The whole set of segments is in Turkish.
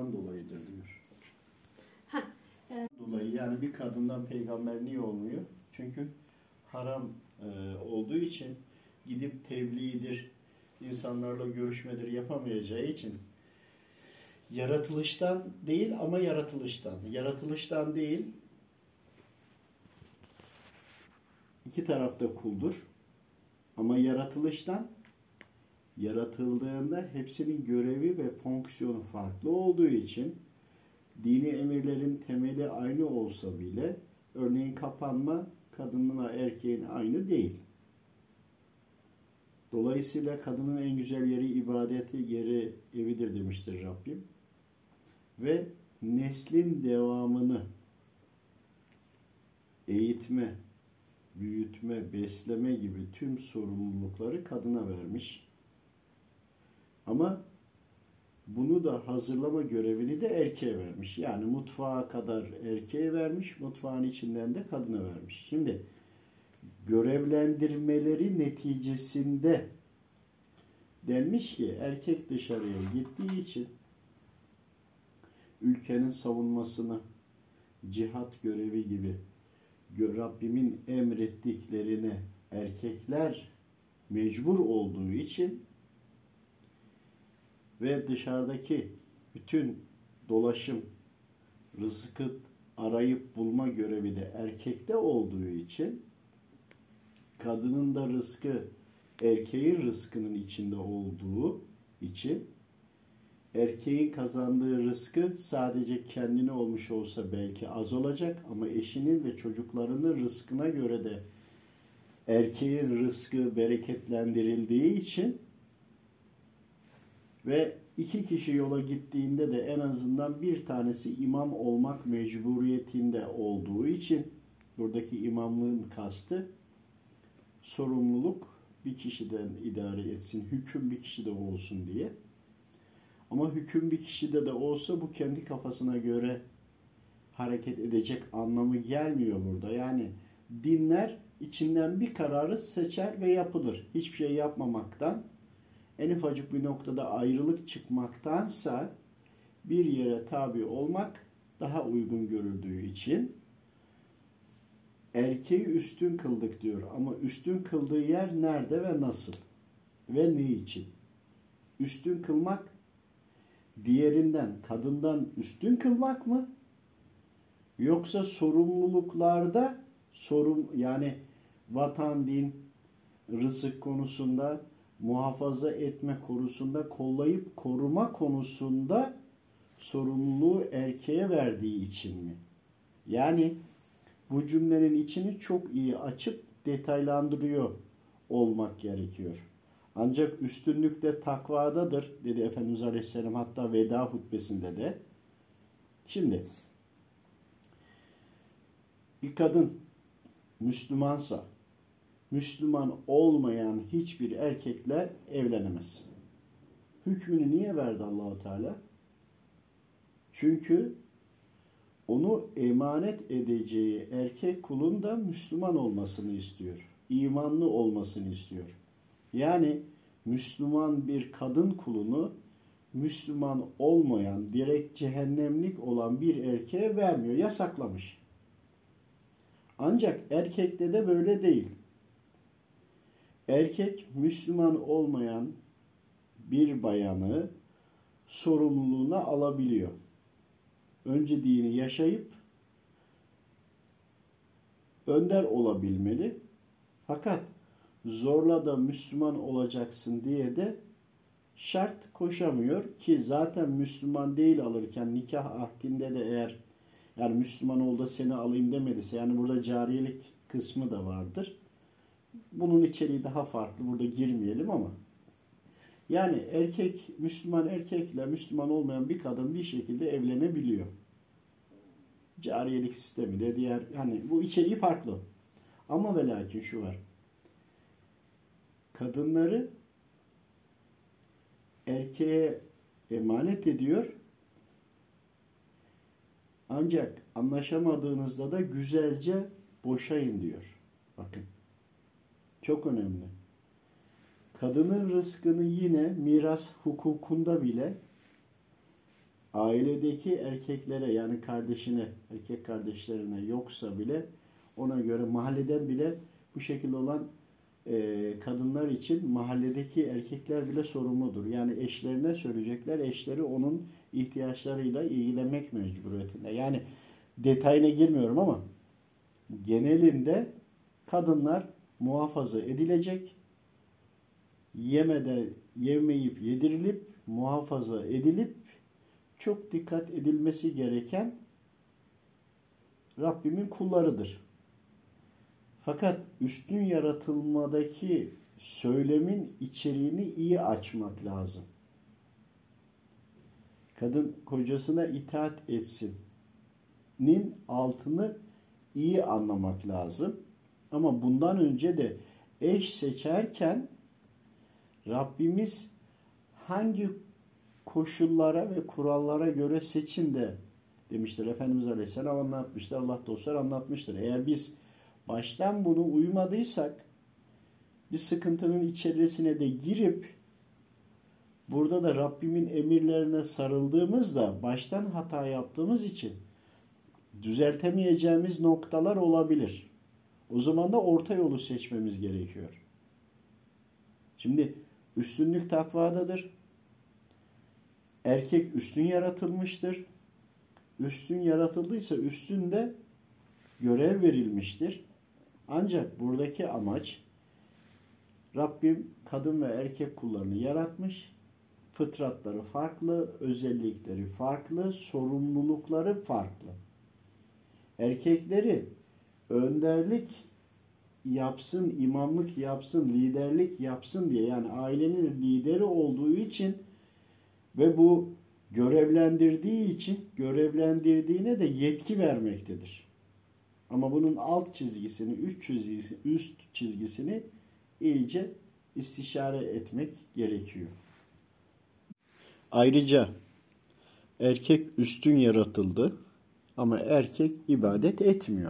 haramdan dolayıdır diyor. Ha, Dolayı yani bir kadından peygamber niye olmuyor? Çünkü haram olduğu için gidip tebliğdir, insanlarla görüşmedir yapamayacağı için yaratılıştan değil ama yaratılıştan. Yaratılıştan değil, iki tarafta kuldur. Ama yaratılıştan, yaratıldığında hepsinin görevi ve fonksiyonu farklı olduğu için dini emirlerin temeli aynı olsa bile örneğin kapanma kadınla erkeğin aynı değil. Dolayısıyla kadının en güzel yeri ibadeti yeri evidir demiştir Rabbim. Ve neslin devamını eğitme, büyütme, besleme gibi tüm sorumlulukları kadına vermiş. Ama bunu da hazırlama görevini de erkeğe vermiş. Yani mutfağa kadar erkeğe vermiş, mutfağın içinden de kadına vermiş. Şimdi görevlendirmeleri neticesinde denmiş ki erkek dışarıya gittiği için ülkenin savunmasını, cihat görevi gibi Rabbimin emrettiklerine erkekler mecbur olduğu için ve dışarıdaki bütün dolaşım, rızkı arayıp bulma görevi de erkekte olduğu için kadının da rızkı erkeğin rızkının içinde olduğu için erkeğin kazandığı rızkı sadece kendine olmuş olsa belki az olacak ama eşinin ve çocuklarının rızkına göre de erkeğin rızkı bereketlendirildiği için ve iki kişi yola gittiğinde de en azından bir tanesi imam olmak mecburiyetinde olduğu için buradaki imamlığın kastı sorumluluk bir kişiden idare etsin, hüküm bir kişide olsun diye. Ama hüküm bir kişide de olsa bu kendi kafasına göre hareket edecek anlamı gelmiyor burada. Yani dinler içinden bir kararı seçer ve yapılır. Hiçbir şey yapmamaktan, en ufacık bir noktada ayrılık çıkmaktansa bir yere tabi olmak daha uygun görüldüğü için erkeği üstün kıldık diyor. Ama üstün kıldığı yer nerede ve nasıl? Ve ne için? Üstün kılmak diğerinden, kadından üstün kılmak mı? Yoksa sorumluluklarda yani vatan, din, rızık konusunda, muhafaza etme konusunda, kollayıp koruma konusunda sorumluluğu erkeğe verdiği için mi? Yani bu cümlenin içini çok iyi açıp detaylandırıyor olmak gerekiyor. Ancak üstünlük de takvadadır dedi Efendimiz Aleyhisselam, hatta veda hutbesinde de. Şimdi bir kadın Müslümansa Müslüman olmayan hiçbir erkekle evlenemez. Hükmünü niye verdi Allah-u Teala? Çünkü onu emanet edeceği erkek kulun da Müslüman olmasını istiyor. İmanlı olmasını istiyor. Yani Müslüman bir kadın kulunu Müslüman olmayan, direkt cehennemlik olan bir erkeğe vermiyor. Yasaklamış. Ancak erkekte de böyle değil. Erkek Müslüman olmayan bir bayanı sorumluluğuna alabiliyor. Önce dini yaşayıp önder olabilmeli. Fakat zorla da Müslüman olacaksın diye de şart koşamıyor ki zaten Müslüman değil alırken nikah ahdinde de eğer yani Müslüman ol da seni alayım demediyse, yani burada cariyelik kısmı da vardır. Bunun içeriği daha farklı, burada girmeyelim ama yani Müslüman erkekle Müslüman olmayan bir kadın bir şekilde evlenebiliyor. Cariyelik sistemi de diğer, hani bu içeriği farklı. Ama ve lakin şu var. Kadınları erkeğe emanet ediyor. Ancak anlaşamadığınızda da güzelce boşayın diyor. Bakın. Çok önemli. Kadının rızkını yine miras hukukunda bile ailedeki erkeklere yani kardeşine, erkek kardeşlerine yoksa bile ona göre mahalleden bile bu şekilde olan kadınlar için mahalledeki erkekler bile sorumludur. Yani eşlerine söyleyecekler, eşleri onun ihtiyaçlarıyla ilgilenmek mecburiyetinde. Yani detayına girmiyorum ama genelinde kadınlar muhafaza edilecek, yemeyip yedirilip, muhafaza edilip çok dikkat edilmesi gereken Rabbimin kullarıdır. Fakat üstün yaratılmadaki söylemin içeriğini iyi açmak lazım. Kadın kocasına itaat etsin'nin altını iyi anlamak lazım. Ama bundan önce de eş seçerken Rabbimiz hangi koşullara ve kurallara göre seçin de demiştir. Efendimiz Aleyhisselam anlatmıştır. Allah dostlar anlatmıştır. Eğer biz baştan bunu uymadıysak bir sıkıntının içerisine de girip burada da Rabbimin emirlerine sarıldığımızda baştan hata yaptığımız için düzeltemeyeceğimiz noktalar olabilir. O zaman da orta yolu seçmemiz gerekiyor. Şimdi üstünlük takvadadır. Erkek üstün yaratılmıştır. Üstün yaratıldıysa üstünde görev verilmiştir. Ancak buradaki amaç Rabbim kadın ve erkek kullarını yaratmış. Fıtratları farklı, özellikleri farklı, sorumlulukları farklı. Erkekleri önderlik yapsın, imamlık yapsın, liderlik yapsın diye yani ailenin lideri olduğu için ve bu görevlendirdiğine de yetki vermektedir. Ama bunun alt çizgisini, üst çizgisini iyice istişare etmek gerekiyor. Ayrıca erkek üstün yaratıldı ama erkek ibadet etmiyor.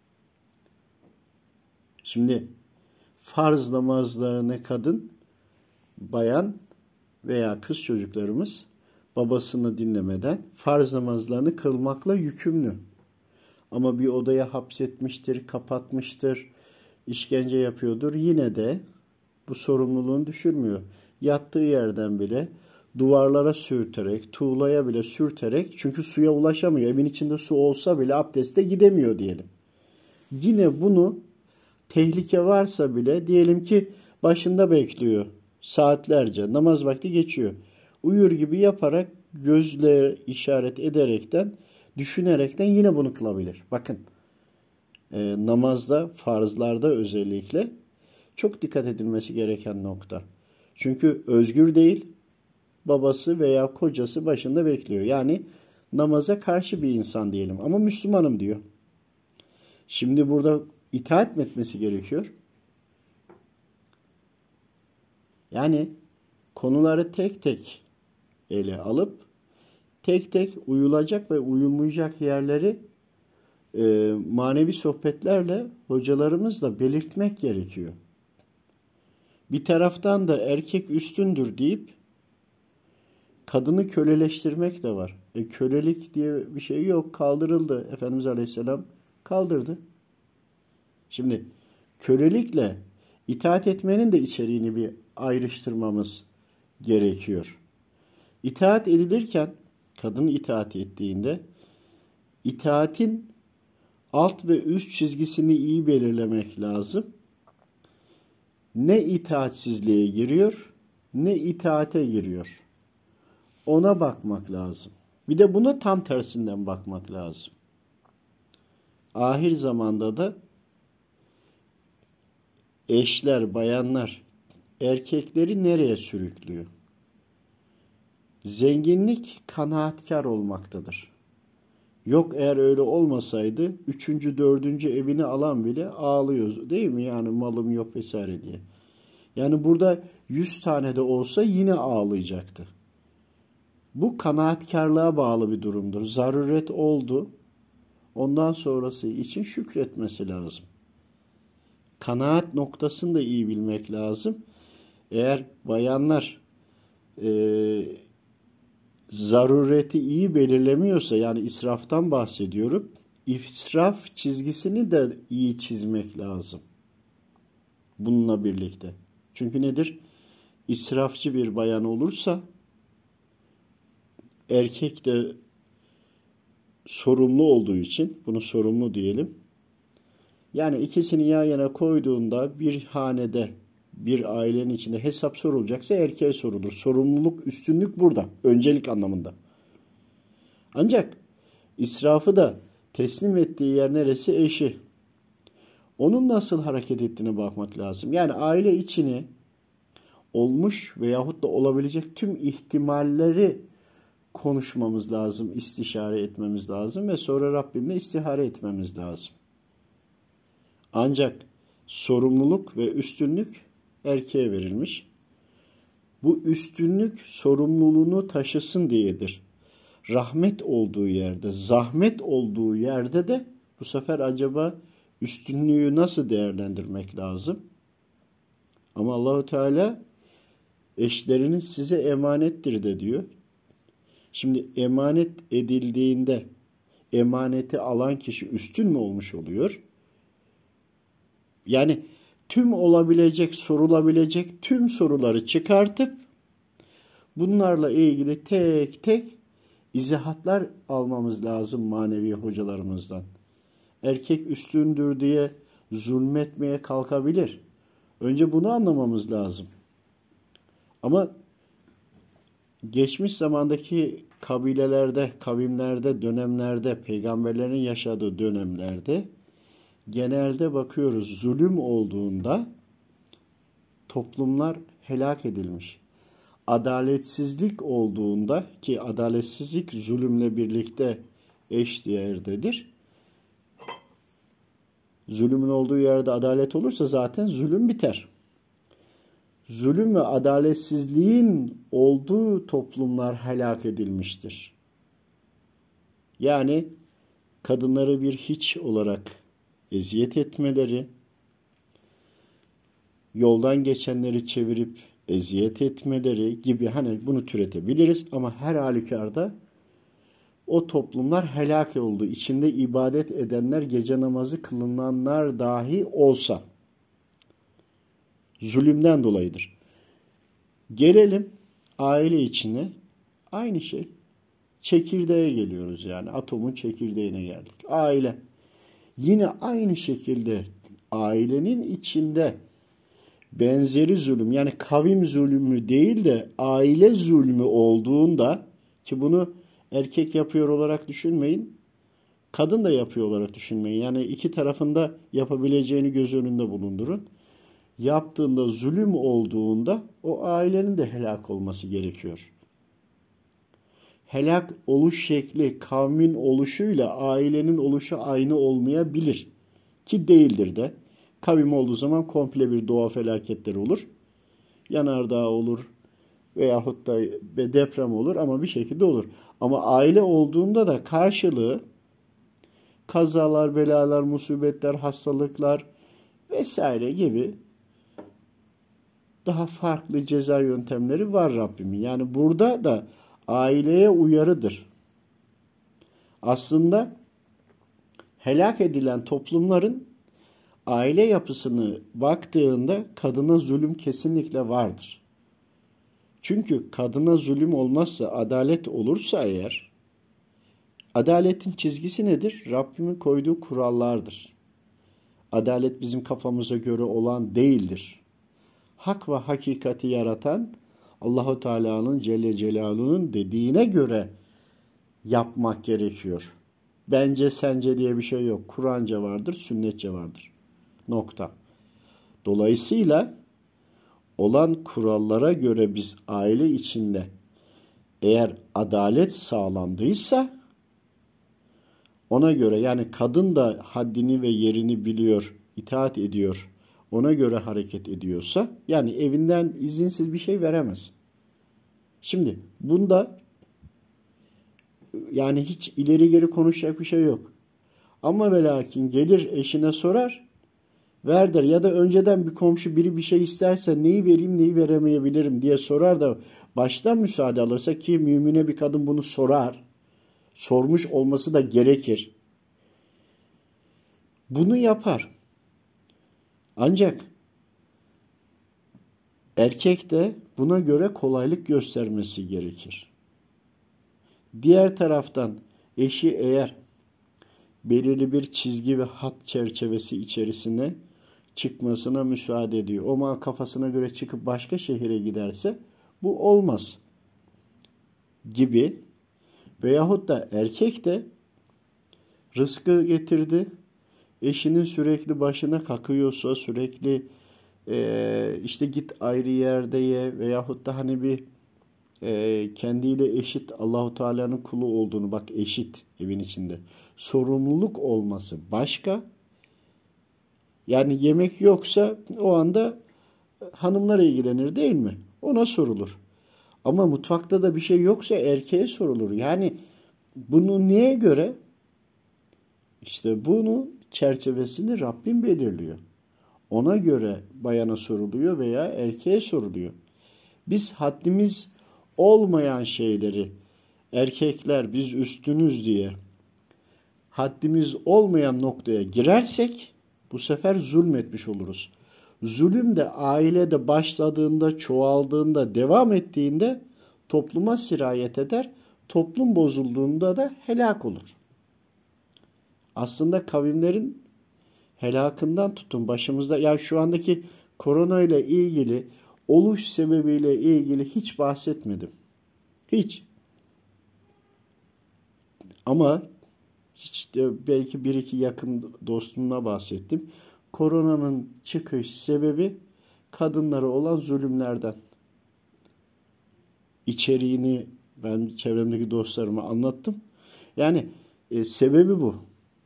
Şimdi farz namazlarını kadın, bayan veya kız çocuklarımız babasını dinlemeden farz namazlarını kılmakla yükümlü. Ama bir odaya hapsetmiştir, kapatmıştır, işkence yapıyordur. Yine de bu sorumluluğunu düşürmüyor. Yattığı yerden bile duvarlara sürterek, tuğlaya bile sürterek çünkü suya ulaşamıyor. Evin içinde su olsa bile abdeste gidemiyor diyelim. Yine bunu tehlike varsa bile diyelim ki başında bekliyor saatlerce namaz vakti geçiyor. Uyur gibi yaparak gözle işaret ederekten düşünerekten yine bunu kılabilir. Bakın namazda farzlarda özellikle çok dikkat edilmesi gereken nokta. Çünkü özgür değil babası veya kocası başında bekliyor. Yani namaza karşı bir insan diyelim ama Müslümanım diyor. Şimdi burada itaat mi etmesi gerekiyor? Yani konuları tek tek ele alıp tek tek uyulacak ve uyulmayacak yerleri manevi sohbetlerle hocalarımızla belirtmek gerekiyor. Bir taraftan da erkek üstündür deyip kadını köleleştirmek de var. Kölelik diye bir şey yok. Kaldırıldı. Efendimiz Aleyhisselam kaldırdı. Şimdi kölelikle itaat etmenin de içeriğini bir ayrıştırmamız gerekiyor. İtaat edilirken, kadın itaat ettiğinde itaatin alt ve üst çizgisini iyi belirlemek lazım. Ne itaatsizliğe giriyor, ne itaate giriyor. Ona bakmak lazım. Bir de buna tam tersinden bakmak lazım. Ahir zamanda da eşler, bayanlar, erkekleri nereye sürüklüyor? Zenginlik kanaatkar olmaktadır. Yok eğer öyle olmasaydı 3. 4. evini alan bile ağlıyor değil mi? Yani malım yok vesaire diye. Yani burada 100 tane de olsa yine ağlayacaktı. Bu kanaatkarlığa bağlı bir durumdur. Zaruret oldu. Ondan sonrası için şükretmesi lazım. Kanaat noktasını da iyi bilmek lazım. Eğer bayanlar zarureti iyi belirlemiyorsa, yani israftan bahsediyorum, israf çizgisini de iyi çizmek lazım bununla birlikte. Çünkü nedir? İsrafçı bir bayan olursa erkek de sorumlu olduğu için, bunu sorumlu diyelim. Yani ikisini yan yana koyduğunda bir hanede, bir ailenin içinde hesap sorulacaksa erkeğe sorulur. Sorumluluk, üstünlük burada. Öncelik anlamında. Ancak israfı da teslim ettiği yer neresi? Eşi. Onun nasıl hareket ettiğine bakmak lazım. Yani aile içini olmuş veyahut da olabilecek tüm ihtimalleri konuşmamız lazım, istişare etmemiz lazım ve sonra Rabbimle istihare etmemiz lazım. Ancak sorumluluk ve üstünlük erkeğe verilmiş. Bu üstünlük sorumluluğunu taşısın diyedir. Rahmet olduğu yerde, zahmet olduğu yerde de bu sefer acaba üstünlüğü nasıl değerlendirmek lazım? Ama Allahu Teala eşleriniz size emanettir de diyor. Şimdi emanet edildiğinde emaneti alan kişi üstün mü olmuş oluyor? Yani tüm olabilecek, sorulabilecek tüm soruları çıkartıp bunlarla ilgili tek tek izahatlar almamız lazım manevi hocalarımızdan. Erkek üstündür diye zulmetmeye kalkabilir. Önce bunu anlamamız lazım. Ama geçmiş zamandaki kabilelerde, kavimlerde, dönemlerde, peygamberlerin yaşadığı dönemlerde genelde bakıyoruz zulüm olduğunda toplumlar helak edilmiş. Adaletsizlik olduğunda, ki adaletsizlik zulümle birlikte eşdeğerdedir. Zulümün olduğu yerde adalet olursa zaten zulüm biter. Zulüm ve adaletsizliğin olduğu toplumlar helak edilmiştir. Yani kadınları bir hiç olarak eziyet etmeleri, yoldan geçenleri çevirip eziyet etmeleri gibi, hani bunu türetebiliriz ama her halükarda o toplumlar helak oldu. İçinde ibadet edenler, gece namazı kılınanlar dahi olsa zulümden dolayıdır. Gelelim aile içine, aynı şey. Çekirdeğe geliyoruz yani. Atomun çekirdeğine geldik. Aile. Yine aynı şekilde ailenin içinde benzeri zulüm, yani kavim zulmü değil de aile zulmü olduğunda, ki bunu erkek yapıyor olarak düşünmeyin, kadın da yapıyor olarak düşünmeyin. Yani iki tarafında yapabileceğini göz önünde bulundurun. Yaptığında zulüm olduğunda o ailenin de helak olması gerekiyor. Helak oluş şekli kavmin oluşuyla ailenin oluşu aynı olmayabilir. Ki değildir de. Kavim olduğu zaman komple bir doğa felaketleri olur. Yanardağ olur veyahut da deprem olur ama bir şekilde olur. Ama aile olduğunda da karşılığı kazalar, belalar, musibetler, hastalıklar vesaire gibi daha farklı ceza yöntemleri var Rabbimin. Yani burada da aileye uyarıdır. Aslında helak edilen toplumların aile yapısını baktığında kadına zulüm kesinlikle vardır. Çünkü kadına zulüm olmazsa, adalet olursa eğer, adaletin çizgisi nedir? Rabbimin koyduğu kurallardır. Adalet bizim kafamıza göre olan değildir. Hak ve hakikati yaratan Allahu Teala'nın Celle Celaluhu'nun dediğine göre yapmak gerekiyor. Bence sence diye bir şey yok. Kur'anca vardır, sünnetçe vardır. Nokta. Dolayısıyla olan kurallara göre biz aile içinde eğer adalet sağlandıysa ona göre, yani kadın da haddini ve yerini biliyor, itaat ediyor, ona göre hareket ediyorsa, yani evinden izinsiz bir şey veremez. Şimdi bunda yani hiç ileri geri konuşacak bir şey yok. Ama ve lakin gelir eşine sorar, ver der. Ya da önceden bir komşu biri bir şey isterse neyi vereyim neyi veremeyebilirim diye sorar da baştan müsaade alırsa, ki mümine bir kadın bunu sorar. Sormuş olması da gerekir. Bunu yapar. Ancak erkek de buna göre kolaylık göstermesi gerekir. Diğer taraftan eşi eğer belirli bir çizgi ve hat çerçevesi içerisine çıkmasına müsaade ediyor, ama kafasına göre çıkıp başka şehire giderse bu olmaz gibi. Veyahut da erkek de rızkı getirdi, eşinin sürekli başına kakıyorsa, sürekli işte git ayrı yerde ye, veyahut da hani bir kendiyle eşit Allahu Teala'nın kulu olduğunu, bak eşit evin içinde, sorumluluk olması başka. Yani yemek yoksa o anda hanımlar ilgilenir değil mi? Ona sorulur. Ama mutfakta da bir şey yoksa erkeğe sorulur. Yani bunu neye göre? İşte bunu çerçevesini Rabbim belirliyor. Ona göre bayana soruluyor veya erkeğe soruluyor. Biz haddimiz olmayan şeyleri, erkekler biz üstünüz diye haddimiz olmayan noktaya girersek bu sefer zulmetmiş oluruz. Zulüm de ailede başladığında, çoğaldığında, devam ettiğinde topluma sirayet eder. Toplum bozulduğunda da helak olur. Aslında kavimlerin helakından tutun başımızda, yani şu andaki korona ile ilgili, oluş sebebiyle ilgili hiç bahsetmedim. Hiç. Ama hiç de belki bir iki yakın dostumla bahsettim. Koronanın çıkış sebebi kadınlara olan zulümlerden. İçeriğini ben çevremdeki dostlarıma anlattım. Yani sebebi bu.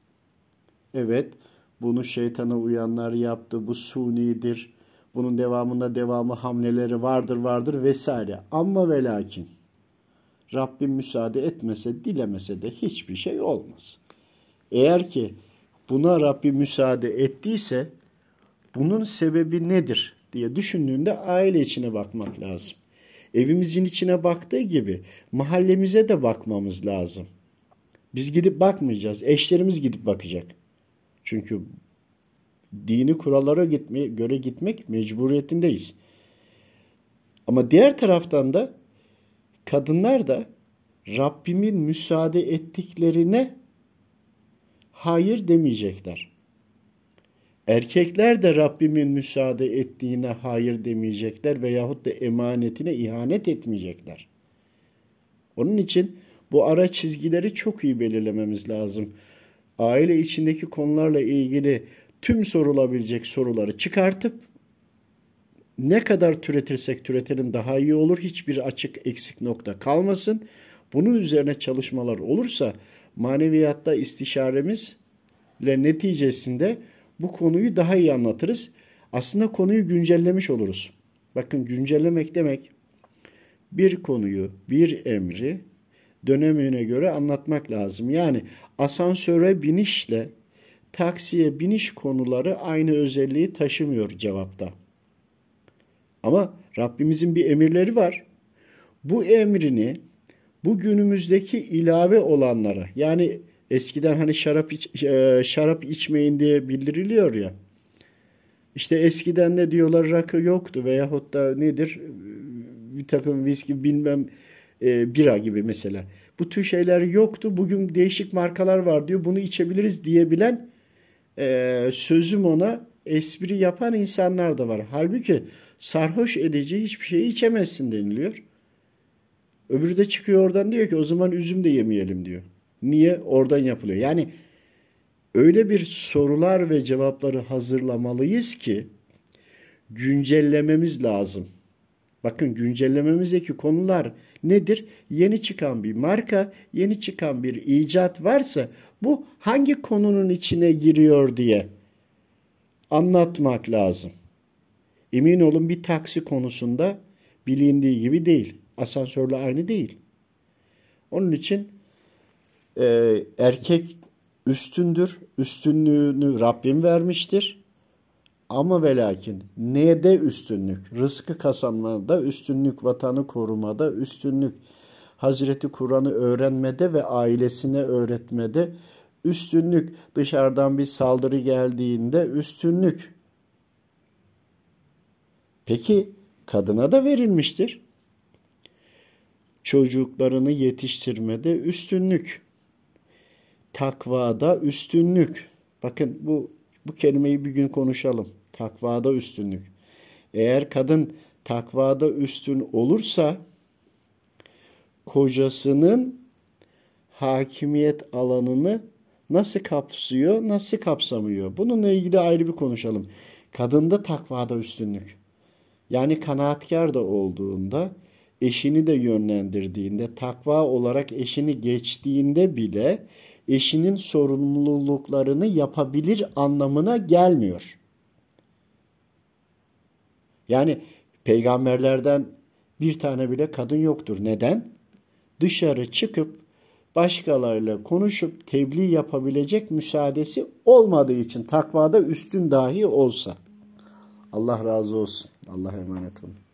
Evet, bunu şeytana uyanlar yaptı, bu sunidir, bunun devamı hamleleri vardır vesaire. Ama ve lakin Rabbim müsaade etmese, dilemese de hiçbir şey olmaz. Eğer ki buna Rabbim müsaade ettiyse bunun sebebi nedir diye düşündüğünde aile içine bakmak lazım. Evimizin içine baktığı gibi mahallemize de bakmamız lazım. Biz gidip bakmayacağız, eşlerimiz gidip bakacak. Çünkü dini kurallara göre gitmek mecburiyetindeyiz. Ama diğer taraftan da kadınlar da Rabbimin müsaade ettiklerine hayır demeyecekler. Erkekler de Rabbimin müsaade ettiğine hayır demeyecekler veyahut da emanetine ihanet etmeyecekler. Onun için bu ara çizgileri çok iyi belirlememiz lazım. Aile içindeki konularla ilgili tüm sorulabilecek soruları çıkartıp ne kadar türetirsek türetelim daha iyi olur. Hiçbir açık eksik nokta kalmasın. Bunun üzerine çalışmalar olursa maneviyatta istişaremizle neticesinde bu konuyu daha iyi anlatırız. Aslında konuyu güncellemiş oluruz. Bakın, güncellemek demek bir konuyu, bir emri dönemine göre anlatmak lazım. Yani asansöre binişle taksiye biniş konuları aynı özelliği taşımıyor cevapta. Ama Rabbimizin bir emirleri var. Bu emrini bu günümüzdeki ilave olanlara, yani eskiden hani şarap içmeyin diye bildiriliyor ya. İşte eskiden de diyorlar rakı yoktu veyahut da nedir, bir takım viski bilmem bira gibi mesela. Bu tür şeyler yoktu. Bugün değişik markalar var diyor. Bunu içebiliriz diyebilen, sözüm ona espri yapan insanlar da var. Halbuki sarhoş edici hiçbir şeyi içemezsin deniliyor. Öbürü de çıkıyor oradan diyor ki o zaman üzüm de yemeyelim diyor. Niye? Oradan yapılıyor. Yani öyle bir sorular ve cevapları hazırlamalıyız ki güncellememiz lazım. Bakın, güncellememizdeki konular nedir? Yeni çıkan bir marka, yeni çıkan bir icat varsa bu hangi konunun içine giriyor diye anlatmak lazım. Emin olun bir taksi konusunda bilindiği gibi değil. Asansörle aynı değil. Onun için erkek üstündür. Üstünlüğünü Rabbim vermiştir. Ama ve lakin neyde üstünlük? Rızkı kazanmada üstünlük, vatanı korumada üstünlük, Hazreti Kur'an'ı öğrenmede ve ailesine öğretmede üstünlük, dışarıdan bir saldırı geldiğinde üstünlük. Peki kadına da verilmiştir. Çocuklarını yetiştirmede üstünlük, takvada üstünlük. Bakın bu kelimeyi bir gün konuşalım. Takvada üstünlük. Eğer kadın takvada üstün olursa kocasının hakimiyet alanını nasıl kapsıyor, nasıl kapsamıyor? Bununla ilgili ayrı bir konuşalım. Kadında takvada üstünlük. Yani kanaatkar da olduğunda, eşini de yönlendirdiğinde, takva olarak eşini geçtiğinde bile eşinin sorumluluklarını yapabilir anlamına gelmiyor. Yani peygamberlerden bir tane bile kadın yoktur. Neden? Dışarı çıkıp başkalarıyla konuşup tebliğ yapabilecek müsaadesi olmadığı için takvada üstün dahi olsa. Allah razı olsun. Allah'a emanet olun.